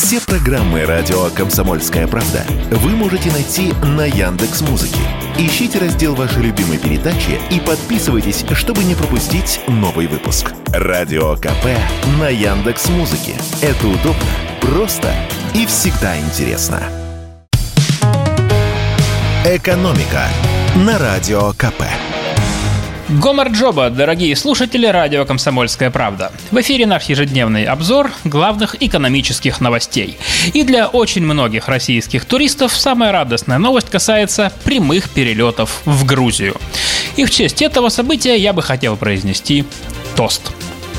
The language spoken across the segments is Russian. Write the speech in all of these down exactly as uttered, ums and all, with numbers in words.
Все программы радио «Комсомольская правда» вы можете найти на Яндекс.Музыке. Ищите раздел вашей любимой передачи и подписывайтесь, чтобы не пропустить новый выпуск. Радио КП на Яндекс.Музыке. Это удобно, просто и всегда интересно. «Экономика» на Радио КП. Гомарджоба, дорогие слушатели радио «Комсомольская правда». В эфире наш ежедневный обзор главных экономических новостей. И для очень многих российских туристов самая радостная новость касается прямых перелетов в Грузию. И в честь этого события я бы хотел произнести тост.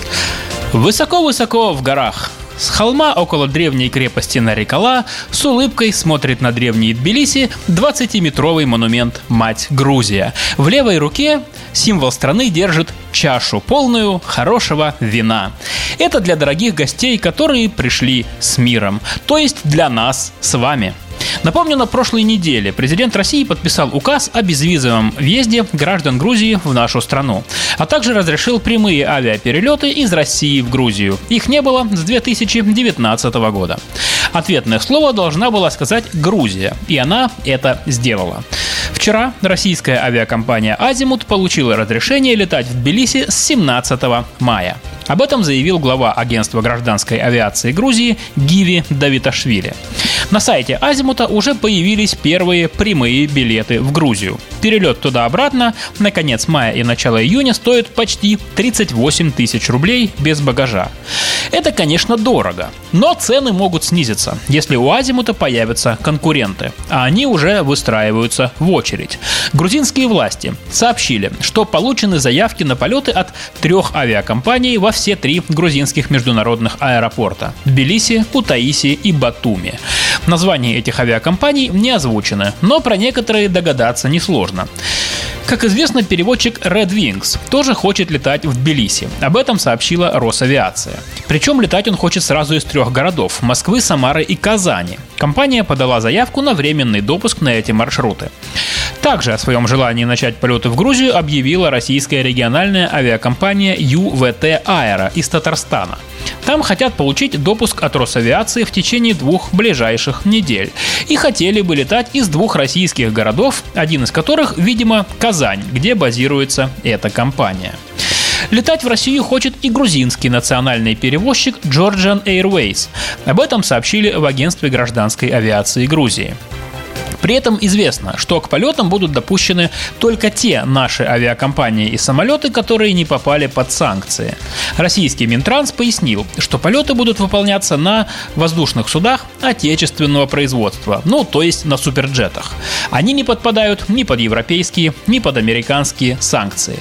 Высоко-высоко в горах, с холма около древней крепости Нарикала, с улыбкой смотрит на древний Тбилиси двадцатиметровый монумент «Мать Грузия». В левой руке символ страны держит чашу, полную хорошего вина. Это для дорогих гостей, которые пришли с миром, то есть для нас с вами. Напомню, на прошлой неделе президент России подписал указ о безвизовом въезде граждан Грузии в нашу страну, а также разрешил прямые авиаперелеты из России в Грузию. Их не было с две тысячи девятнадцатого года. Ответное слово должна была сказать Грузия, и она это сделала. Вчера российская авиакомпания «Азимут» получила разрешение летать в Тбилиси с семнадцатого мая. Об этом заявил глава агентства гражданской авиации Грузии Гиви Давиташвили. На сайте «Азимута» уже появились первые прямые билеты в Грузию. Перелет туда-обратно на конец мая и начало июня стоит почти тридцать восемь тысяч рублей без багажа. Это, конечно, дорого, но цены могут снизиться, если у «Азимута» появятся конкуренты, а они уже выстраиваются в очередь. Грузинские власти сообщили, что получены заявки на полеты от трех авиакомпаний во все три грузинских международных аэропорта – Тбилиси, Кутаиси и Батуми. Названия этих авиакомпаний не озвучены, но про некоторые догадаться несложно. Как известно, переводчик Red Wings тоже хочет летать в Тбилиси. Об этом сообщила Росавиация. Причем летать он хочет сразу из трех городов – Москвы, Самары и Казани. Компания подала заявку на временный допуск на эти маршруты. Также о своем желании начать полеты в Грузию объявила российская региональная авиакомпания ю вэ тэ Аэро из Татарстана. Там хотят получить допуск от Росавиации в течение двух ближайших недель. И хотели бы летать из двух российских городов, один из которых, видимо, Казань, где базируется эта компания. Летать в Россию хочет и грузинский национальный перевозчик Georgian Airways. Об этом сообщили в агентстве гражданской авиации Грузии. При этом известно, что к полетам будут допущены только те наши авиакомпании и самолеты, которые не попали под санкции. Российский Минтранс пояснил, что полеты будут выполняться на воздушных судах отечественного производства, ну то есть на суперджетах. Они не подпадают ни под европейские, ни под американские санкции.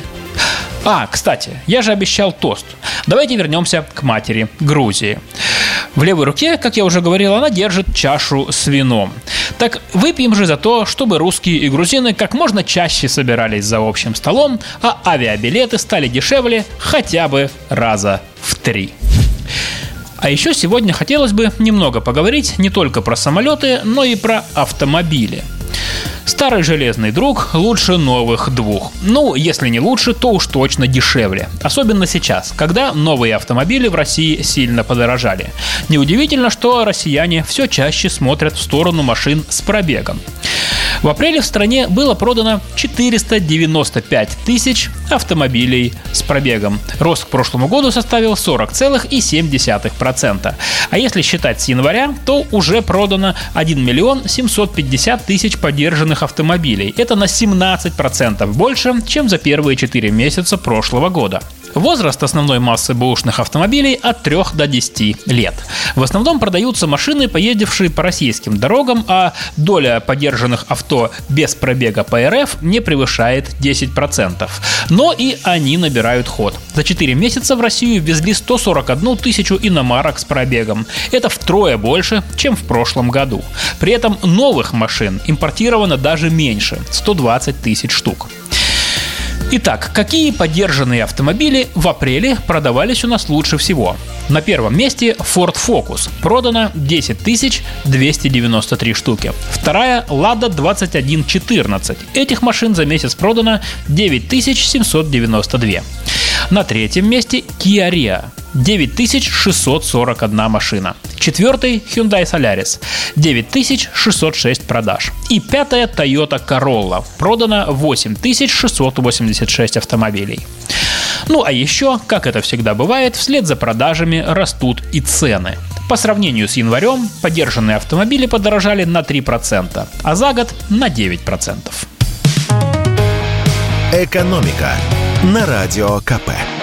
А, кстати, я же обещал тост. Давайте вернемся к матери Грузии. В левой руке, как я уже говорил, она держит чашу с вином. Так выпьем же за то, чтобы русские и грузины как можно чаще собирались за общим столом, а авиабилеты стали дешевле хотя бы раза в три. А еще сегодня хотелось бы немного поговорить не только про самолеты, но и про автомобили. Старый железный друг лучше новых двух. Ну, если не лучше, то уж точно дешевле. Особенно сейчас, когда новые автомобили в России сильно подорожали. Неудивительно, что россияне все чаще смотрят в сторону машин с пробегом. В апреле в стране было продано четыреста девяносто пять тысяч автомобилей с пробегом. Рост к прошлому году составил сорок целых семь десятых процента. А если считать с января, то уже продано один миллион семьсот пятьдесят тысяч подержанных автомобилей. Это на семнадцать процентов больше, чем за первые четыре месяца прошлого года. Возраст основной массы бэушных автомобилей от трёх до десяти лет. В основном продаются машины, поездившие по российским дорогам, а доля подержанных авто без пробега по эр эф не превышает десять процентов. Но и они набирают ход. За четыре месяца в Россию ввезли сто сорок одну тысячу иномарок с пробегом. Это втрое больше, чем в прошлом году. При этом новых машин импортировано даже меньше – сто двадцать тысяч штук. Итак, какие подержанные автомобили в апреле продавались у нас лучше всего? На первом месте Ford Focus. Продано десять тысяч двести девяносто три штуки. Вторая Lada двадцать один четырнадцать. Этих машин за месяц продано девять тысяч семьсот девяносто два. На третьем месте Kia Rio. девять тысяч шестьсот сорок одна машина. Четвертый Hyundai Solaris, девять тысяч шестьсот шесть продаж. И пятая Toyota Corolla, продано восемь тысяч шестьсот восемьдесят шесть автомобилей. Ну а еще, как это всегда бывает, вслед за продажами растут и цены. По сравнению с январем, подержанные автомобили подорожали на три процента, а за год на девять процентов. Экономика на Радио ка пэ.